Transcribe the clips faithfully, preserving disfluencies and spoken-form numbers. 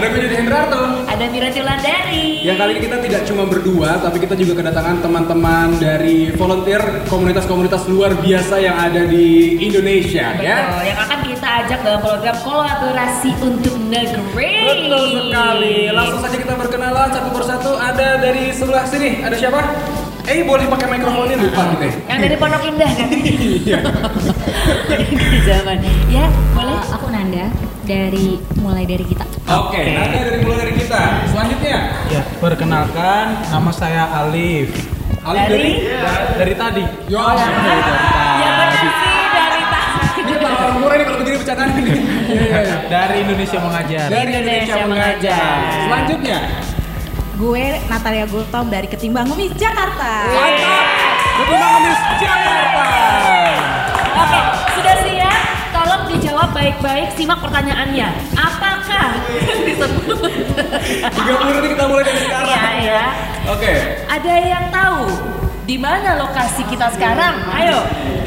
Ada gue jadi Hendrarto. Ada Mira Tilandari. Yang kali ini kita tidak cuma berdua, tapi kita juga kedatangan teman-teman dari volunteer komunitas-komunitas luar biasa yang ada di Indonesia. Betul, Ya. yang akan kita ajak dalam program kolaborasi untuk negeri. Betul sekali. Langsung saja kita berkenalan satu persatu. Ada dari sebelah sini, ada siapa? Eh boleh pakai mikrofonnya lupa gitu ya. Yang dari Pondok Indah kan? Iya. Di zaman. Ya, boleh. Uh, aku Nanda dari mulai dari kita. Oke, Nanda dari mulai dari kita. Selanjutnya. Ya, perkenalkan nama saya Alif. Alif dari? Da- dari tadi. Yo. Ya benar sih dari tadi. Ini bakal murah nih kalau begini bercandaan ini. Iya, iya. Dari Indonesia Mengajar. Dari Indonesia Mengajar. Selanjutnya. Gue Natalia Gultom dari Ketimbang Ngemis Jakarta. Mantap. Ketimbang Ngemis Jakarta. Oke, sudah siap? Tolong dijawab baik-baik, simak pertanyaannya. Apakah disebut? tiga puluh detik kita mulai dari sekarang. Iya, ya. Oke. Ada yang tahu di mana lokasi kita sekarang? Ayo.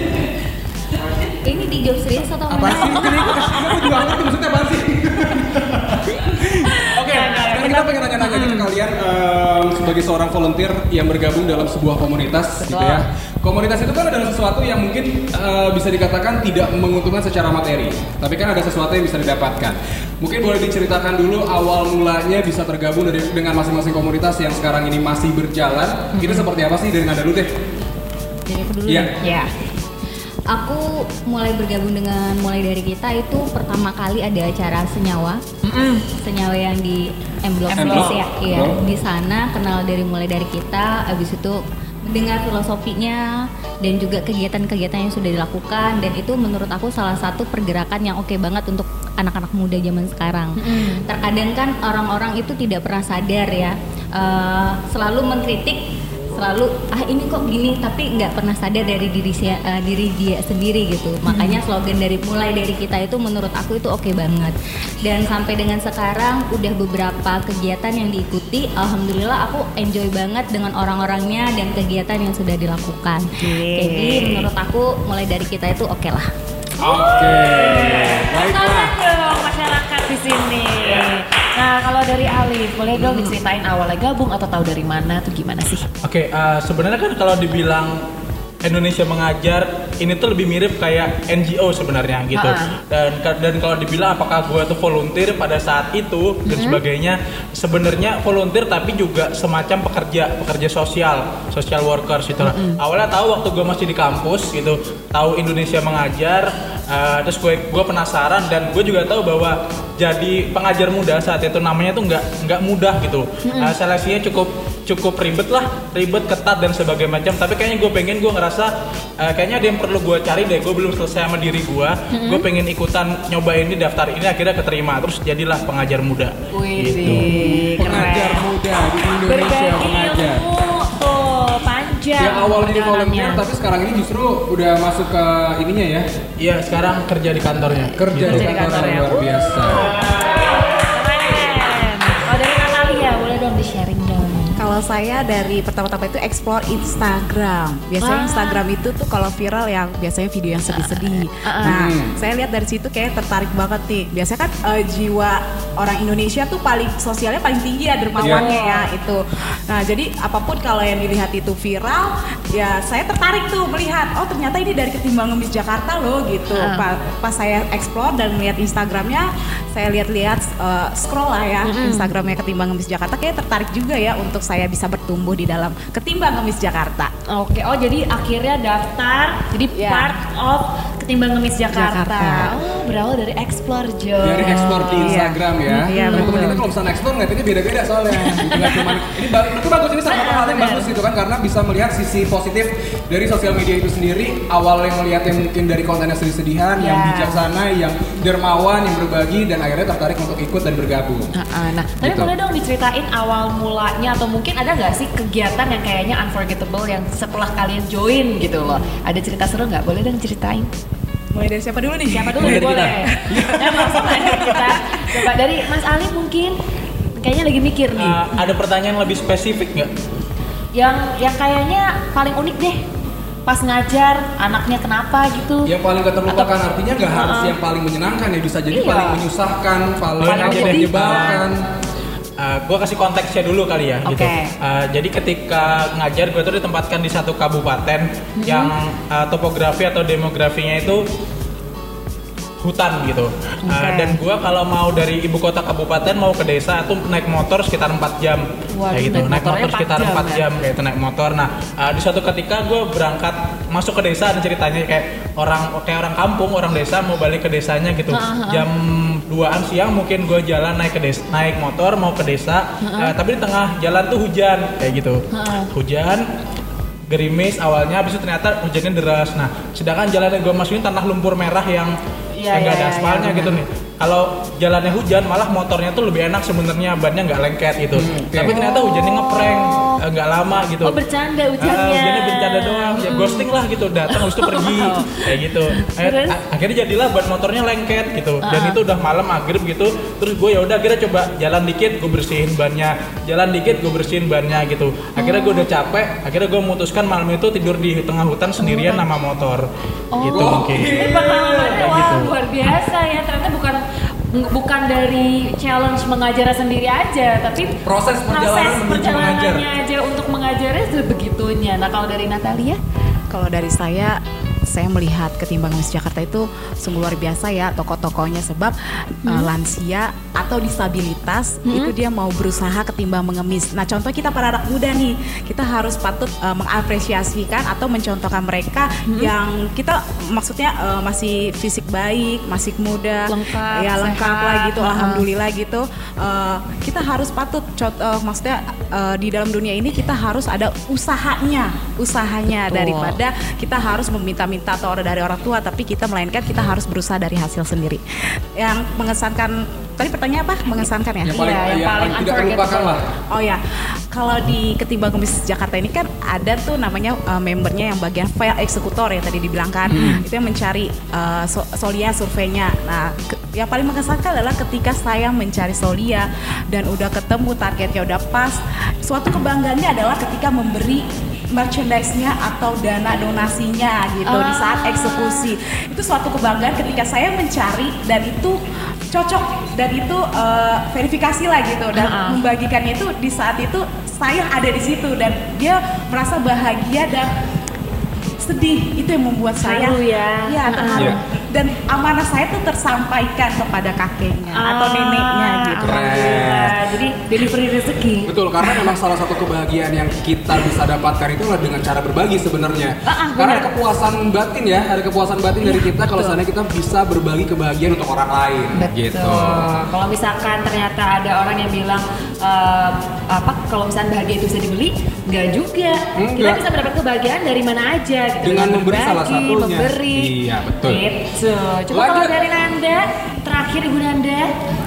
Ini dijawab serius atau Apa sih? Ini aku aku juga ngerti maksudnya apa sih? Oke, sekarang kita pengen nanya-nanya nih ke kalian em, sebagai seorang volunteer yang bergabung dalam sebuah komunitas gitu ya. Komunitas itu kan adalah sesuatu yang mungkin eh, bisa dikatakan tidak menguntungkan secara materi, tapi kan ada sesuatu yang bisa didapatkan. Mungkin boleh diceritakan dulu awal mulanya bisa tergabung dari, dengan masing-masing komunitas yang sekarang ini masih berjalan. Itu seperti apa sih dari Nanda dulu deh? Dari aku dulu. Iya. Ya. Aku mulai bergabung dengan mulai dari kita itu pertama kali ada acara senyawa. Senyawa yang di M Block M Block. ya. Iya, Oh. di sana kenal dari mulai dari kita, habis itu mendengar filosofinya dan juga kegiatan-kegiatan yang sudah dilakukan, dan itu menurut aku salah satu pergerakan yang oke banget untuk anak-anak muda zaman sekarang. Terkadang kan orang-orang itu tidak pernah sadar ya, eh, selalu mengkritik, selalu ah ini kok gini, tapi nggak pernah sadar dari diri dia, uh, diri dia sendiri gitu. Makanya slogan dari mulai dari kita itu menurut aku itu oke banget. Dan sampai dengan sekarang udah beberapa kegiatan yang diikuti, alhamdulillah aku enjoy banget dengan orang-orangnya dan kegiatan yang sudah dilakukan. Jadi menurut aku mulai dari kita itu oke lah. Oke, baiklah. Selamat dong masyarakat di sini. Nah, kalau dari Alif, boleh dong diceritain awalnya gabung atau tahu dari mana tuh gimana sih? Oke, eh, sebenarnya kan kalau dibilang Indonesia Mengajar ini tuh lebih mirip kayak N G O sebenarnya gitu. Ha-ha. Dan dan kalau dibilang apakah gue tuh volunteer pada saat itu dan sebagainya, sebenarnya volunteer tapi juga semacam pekerja pekerja sosial, social workers gitu lah. Awalnya tahu waktu gue masih di kampus gitu, tahu Indonesia Mengajar, eh, terus gue gue penasaran, dan gue juga tahu bahwa jadi pengajar muda saat itu namanya tuh nggak nggak mudah gitu. Eh, seleksinya cukup cukup ribet lah, ribet, ketat dan sebagainya macam. Tapi kayaknya gue pengen, gue ngerasa uh, kayaknya ada yang perlu gue cari deh. Gue belum selesai sama diri gue. Mm-hmm. Gue pengen ikutan nyobain ini, daftar ini, akhirnya keterima. Terus jadilah pengajar muda. Wih, Gitu. Pengajar muda di Indonesia Berbagi Mengajar. ilmu tuh panjang. Yang awalnya di volunteer perjalanannya. tapi sekarang ini justru udah masuk ke ininya ya. Iya, sekarang kerja di kantornya. Kerja Gitu. di Kerja di kantor kantor yang ya. luar biasa. Keren. Kalau dari Natalia, boleh dong di sharing dong. Kalau saya dari pertama-tama itu explore Instagram. Biasanya Wah. Instagram itu tuh kalau viral yang biasanya video yang sedih-sedih. Nah, Hmm. saya lihat dari situ kayak tertarik banget nih. Biasanya kan eh, jiwa orang Indonesia tuh paling sosialnya paling tinggi ya, dermawannya ya itu. Nah, jadi apapun kalau yang dilihat itu viral, ya saya tertarik tuh melihat, oh ternyata ini dari Ketimbang Ngemis Jakarta loh gitu. Uh. Pa- Pas saya explore dan melihat Instagramnya, saya lihat-lihat eh, scroll lah ya Instagramnya Ketimbang Ngemis Jakarta, kayak tertarik juga ya untuk saya bisa bertumbuh di dalam Ketimbang Ngemis Jakarta. Oke, oh jadi akhirnya daftar jadi Ya. part of Ketimbang Ngemis Jakarta. Jakarta. Oh, berawal dari explore Jo. Dari ekspor di Iya. Instagram ya. Iya, Teman-teman betul. kita kalau misalnya ekspor ngeliatinnya beda-beda soalnya. Nggak cuman ini ba- itu bagus, ini salah satu hal yang bagus gitu kan, karena bisa melihat sisi positif dari sosial media itu sendiri. Awal yang melihatnya mungkin dari kontennya sedih-sedihan, yang Ya. bijaksana, yang dermawan, yang berbagi, dan akhirnya tertarik untuk ikut dan bergabung. Nah, nah, tapi Gitu. boleh dong diceritain awal mulanya atau mungkin ada nggak sih kegiatan yang kayaknya unforgettable yang setelah kalian join gitu loh? Ada cerita seru nggak? Boleh dong ceritain. Mulai dari siapa dulu nih? Siapa dulu Dari boleh? Ya langsung aja kita. Coba dari Mas Ali mungkin kayaknya lagi mikir nih. Uh, ada pertanyaan lebih spesifik nggak? Yang yang kayaknya paling unik deh. pas ngajar anaknya kenapa gitu. Yang paling gak terlupakan Atau- artinya nggak harus Uh-uh. yang paling menyenangkan ya, bisa jadi Iya. paling menyusahkan, paling Paling apa, menyedihkan. menyebalkan. Uh, gue kasih konteksnya dulu kali ya gitu. Oke. Uh, jadi ketika ngajar gue tuh ditempatkan di satu kabupaten Mm-hmm. yang uh, topografi atau demografinya itu hutan gitu. Uh, Oke. dan gue kalau mau dari ibu kota kabupaten mau ke desa tuh naik motor sekitar empat jam. Waduh, kayak gitu. naik Naik motornya motor sekitar empat jam empat ya? jam kayak itu naik motor. Nah, uh, di suatu ketika gue berangkat masuk ke desa dan ceritanya kayak orang kayak orang kampung, orang desa mau balik ke desanya gitu. Uh-huh. Jam duaan siang mungkin gue jalan naik ke desa, naik motor mau ke desa, eh, tapi di tengah jalan tuh hujan kayak gitu. Uh-uh. Hujan, gerimis awalnya, habis itu ternyata hujannya deras. Nah, sedangkan jalan yang gue masukin tanah lumpur merah yang Iya, yang nggak iya, ada iya, aspalnya iya, gitu benar. nih. Kalau jalannya hujan malah motornya tuh lebih enak sebenarnya, bannya nggak lengket gitu. Hmm, oke. Tapi ternyata hujannya ngeprank, eh, nggak lama gitu. Oh, bercanda Ah, hujannya. hujannya bercanda doang, ya ghosting lah gitu, datang habis itu pergi kayak gitu. Eh, Terus? a- akhirnya jadilah ban motornya lengket gitu, dan Ah. itu udah malam maghrib gitu. Terus gue ya udah akhirnya coba jalan dikit, gue bersihin bannya, jalan dikit gue bersihin bannya gitu. Akhirnya gue udah capek, akhirnya gue memutuskan malam itu tidur di tengah hutan sendirian sama motor, gitu mungkin. Ini pengalamannya Kayak wah gitu. luar biasa ya. Ternyata bukan bukan dari challenge mengajar sendiri aja, tapi Proses perjalanan menuju perjalanannya mengajar. aja untuk mengajarnya sebegitunya. Nah kalau dari Natalia, Kalau dari saya, saya melihat Ketimbang Ngemis Jakarta itu sungguh luar biasa ya tokoh-tokohnya, sebab uh, lansia atau disabilitas itu dia mau berusaha ketimbang mengemis. Nah contoh kita para anak muda nih, kita harus patut uh, mengapresiasikan atau mencontohkan mereka yang kita maksudnya uh, masih fisik baik, masih muda, Lengkap, ya lengkap sehat. lah gitu, Uh-uh. alhamdulillah gitu. Uh, kita harus patut contoh, maksudnya uh, di dalam dunia ini kita harus ada usahanya, usahanya Betul. daripada ada kita harus meminta-minta atau dari orang tua, tapi kita melainkan kita harus berusaha dari hasil sendiri. Yang mengesankan tadi pertanyaan apa? Mengesankan ya? Yang paling, Iya, yang yang paling paling tidak terlupakan lah. Oh ya, kalau di Ketimbang Ngemis Jakarta ini kan ada tuh namanya uh, membernya yang bagian file eksekutor yang tadi dibilangkan, itu yang mencari uh, so- Solia surveinya. Nah, ke- yang paling mengesankan adalah ketika saya mencari Solia dan udah ketemu targetnya udah pas. Suatu kebanggaannya adalah ketika memberi merchandise-nya atau dana donasinya gitu di saat eksekusi. Itu suatu kebanggaan ketika saya mencari dan itu cocok dan itu uh, verifikasi lah gitu, dan Uh-uh. membagikannya itu di saat itu saya ada di situ dan dia merasa bahagia dan sedih. Itu yang membuat saya Haru ya. ya terharu. Iya. Dan amanah saya tuh tersampaikan kepada kakeknya atau neneknya gitu. Alhamdulillah. Jadi delivery rezeki. Betul, karena memang salah satu kebahagiaan yang kita bisa dapatkan itu adalah dengan cara berbagi sebenarnya. Ah, ah, Karena benar. ada kepuasan batin ya, ada kepuasan batin dari kita kalau seandainya kita bisa berbagi kebahagiaan untuk orang lain. Betul. Gitu. Kalau misalkan ternyata ada orang yang bilang ehm, apa kalau misalkan bahagia itu bisa dibeli, enggak juga. Kita Enggak. bisa mendapat kebahagiaan dari mana aja gitu. Dengan memberi salah berbagi, satunya. memberi. Iya, betul. Gitu. Coba kalau Lanjut. dari Nanda, terakhir Ibu Nanda.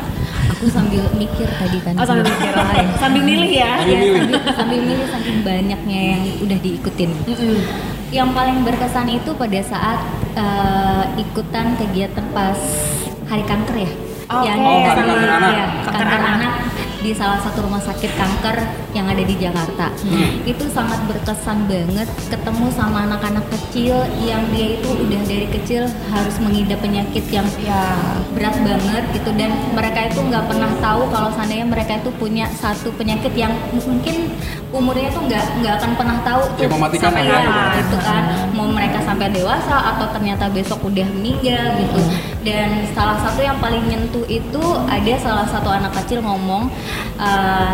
Aku sambil mikir tadi kan. Oh, sambil mikir. Sambil milih ya. Sambil Ya, milih. sambil, sambil milih saking banyaknya yang udah diikutin. Mm-mm. Yang paling berkesan itu pada saat eh, ikutan kegiatan pas Hari Kanker ya. Oke. Yang Oh, kita Hari sama- Kanker Anak. ya, Kanker kanker anak. anak di salah satu rumah sakit kanker yang ada di Jakarta. Itu sangat berkesan banget ketemu sama anak-anak kecil yang dia itu udah dari kecil harus mengidap penyakit yang Ya. berat banget gitu, dan mereka itu nggak pernah tahu kalau seandainya mereka itu punya satu penyakit yang mungkin umurnya tuh nggak nggak akan pernah tahu tuh Yang mematikan sampai lah ya. kapan gitu kan, mau mereka sampai dewasa atau ternyata besok udah meninggal gitu. Dan salah satu yang paling nyentuh itu ada salah satu anak kecil ngomong, "Eh,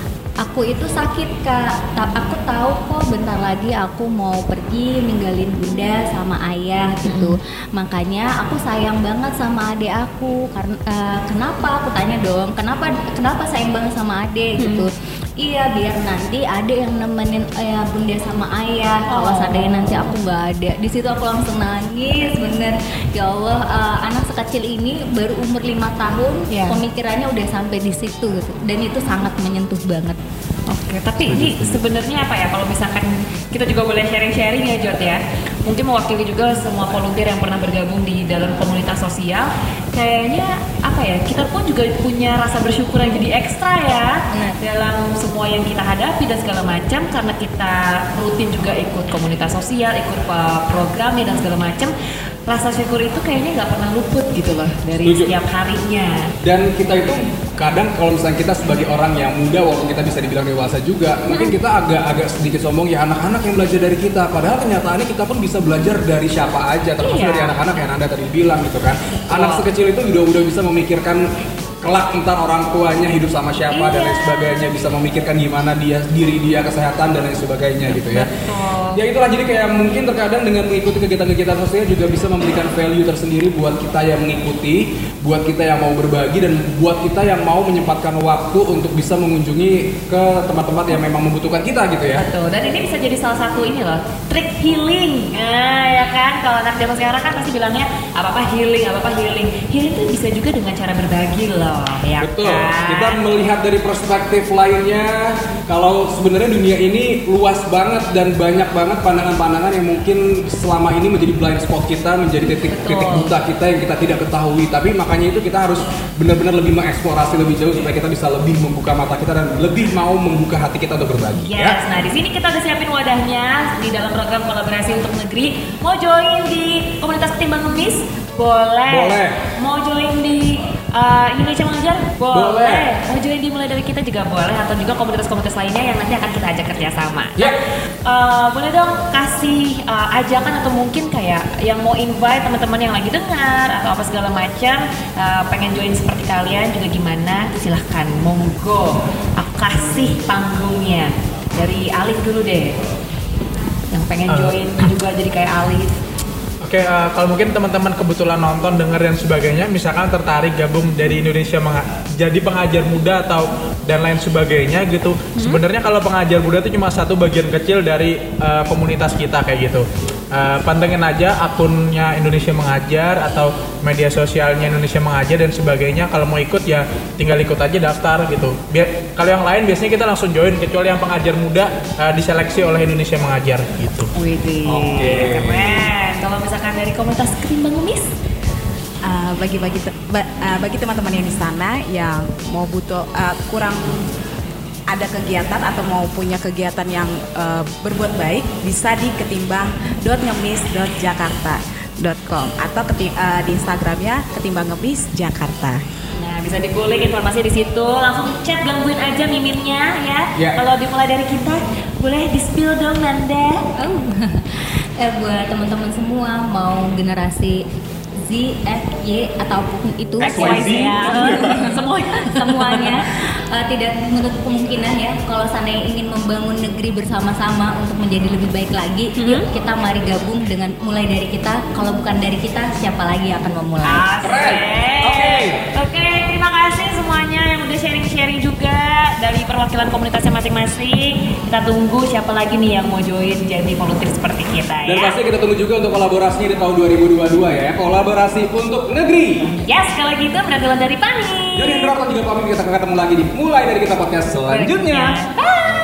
aku itu sakit kak, Ta- aku tahu kok bentar lagi aku mau pergi ninggalin bunda sama ayah gitu. Makanya aku sayang banget sama adik aku. Karena eh, kenapa? Aku tanya dong, kenapa kenapa sayang banget sama adik gitu? Iya, biar nanti ada yang nemenin ayah bunda sama ayah. Kalau Oh. seandainya nanti aku nggak ada, di situ aku langsung nangis bener. Ya Allah, eh, anak sekecil ini baru umur lima tahun, Ya. pemikirannya udah sampai di situ gitu. Dan itu sangat menyentuh banget. Oke, tapi ini sebenarnya apa ya? Kalau misalkan kita juga boleh sharing-sharing ya, Jot ya. Mungkin mewakili juga semua volunteer yang pernah bergabung di dalam komunitas sosial. Kayaknya apa ya? Kita pun juga punya rasa bersyukur yang jadi ekstra ya Benar. dalam semua semua yang kita hadapi dan segala macam, karena kita rutin juga ikut komunitas sosial, ikut uh, programnya dan segala macam, rasa syukur itu kayaknya nggak pernah luput gitu loh dari Setuju. setiap harinya. Dan kita itu kadang kalau misalnya kita sebagai orang yang muda, walaupun kita bisa dibilang dewasa juga, mungkin kita agak-agak sedikit sombong ya anak-anak yang belajar dari kita. Padahal kenyataannya kita pun bisa belajar dari siapa aja, termasuk Iya. dari anak-anak yang Anda tadi bilang gitu kan. Anak sekecil itu udah udah bisa memikirkan kelak entar orang tuanya hidup sama siapa dan lain Iya. sebagainya, bisa memikirkan gimana dia diri dia, kesehatan dan lain sebagainya gitu ya. Betul. Ya itulah, jadi kayak mungkin terkadang dengan mengikuti kegiatan-kegiatan sosial juga bisa memberikan value tersendiri buat kita yang mengikuti, buat kita yang mau berbagi, dan buat kita yang mau menyempatkan waktu untuk bisa mengunjungi ke tempat-tempat yang memang membutuhkan kita gitu ya. Betul, dan ini bisa jadi salah satu ini loh, trik healing. Nah, ya kan, kalau anak zaman sekarang kan pasti bilangnya apa-apa healing, apa-apa healing. Healing itu bisa juga dengan cara berbagi loh, ya Betul, kan? kita melihat dari perspektif lainnya, kalau sebenarnya dunia ini luas banget dan banyak banget pandangan-pandangan yang mungkin selama ini menjadi blind spot kita, menjadi titik-titik Betul. buta kita yang kita tidak ketahui. Tapi makanya itu kita harus benar-benar lebih mengeksplorasi lebih jauh supaya kita bisa lebih membuka mata kita dan lebih mau membuka hati kita untuk berbagi. Yes, Ya. nah di sini kita udah siapin wadahnya di dalam program kolaborasi untuk negeri. Mau join di komunitas Ketimbang Ngemis? Boleh. Boleh. Mau join di uh, Indonesia Mengajar? Boleh. Boleh. Mau join di Mulai Dari Kita juga boleh, atau juga komunitas-komunitas lainnya yang nanti akan kita ajak kerjasama. Ya. Uh, boleh dong kasih uh, ajakan atau mungkin kayak yang mau invite teman-teman yang lagi dengar atau apa segala macam, uh, pengen join seperti kalian juga gimana? Silahkan, monggo. Aku kasih panggungnya. Dari Alif dulu deh, yang pengen Uh. join juga jadi kayak Alif. Oke, eh, kalau mungkin teman-teman kebetulan nonton, denger dan sebagainya, misalkan tertarik gabung dari Indonesia Menga- jadi pengajar muda atau dan lain sebagainya gitu. Sebenarnya kalau pengajar muda itu cuma satu bagian kecil dari eh, komunitas kita kayak gitu. Eh, pantengin aja akunnya Indonesia Mengajar atau media sosialnya Indonesia Mengajar dan sebagainya. Kalau mau ikut ya tinggal ikut aja, daftar gitu. Biar kalau yang lain biasanya kita langsung join, kecuali yang pengajar muda eh, diseleksi oleh Indonesia Mengajar gitu. Widih, Oke. keren. Kalau misalkan dari komunitas Ketimbang Ngemis, Uh, bagi-bagi te- ba- uh, bagi teman-teman yang di sana yang mau butuh uh, kurang ada kegiatan atau mau punya kegiatan yang uh, berbuat baik, bisa di ketimbang dot ngemis dot jakarta dot com atau keti- uh, di Instagramnya Ketimbang Ngemis Jakarta. nah bisa dikulik informasi di situ, langsung chat, gangguin aja miminnya ya. Ya. Kalau dimulai dari kita, boleh di spill dong Nanda. Oh. eh buat teman-teman semua mau generasi Z, F, Y ataupun itu X, Y, Z. ya. Semuanya. semuanya eh, tidak menutup kemungkinan ya kalau seandainya ingin membangun negeri bersama-sama untuk menjadi lebih baik lagi. Yuk kita mari gabung dengan mulai dari kita. Kalau bukan dari kita, siapa lagi yang akan memulai? Keren. Oke. Oke, terima kasih semuanya yang udah sharing-sharing juga dari perwakilan komunitasnya masing-masing. Kita tunggu siapa lagi nih yang mau join jadi volunteer seperti kita Dan ya. pasti kita tunggu juga untuk kolaborasinya di tahun dua ribu dua puluh dua ya. Kolaborasi untuk negeri. Yes, kalau gitu menandalan dari Pani. Jadi Indra juga pamit, kita ketemu lagi di Mulai Dari Kita podcast selanjutnya. Bye.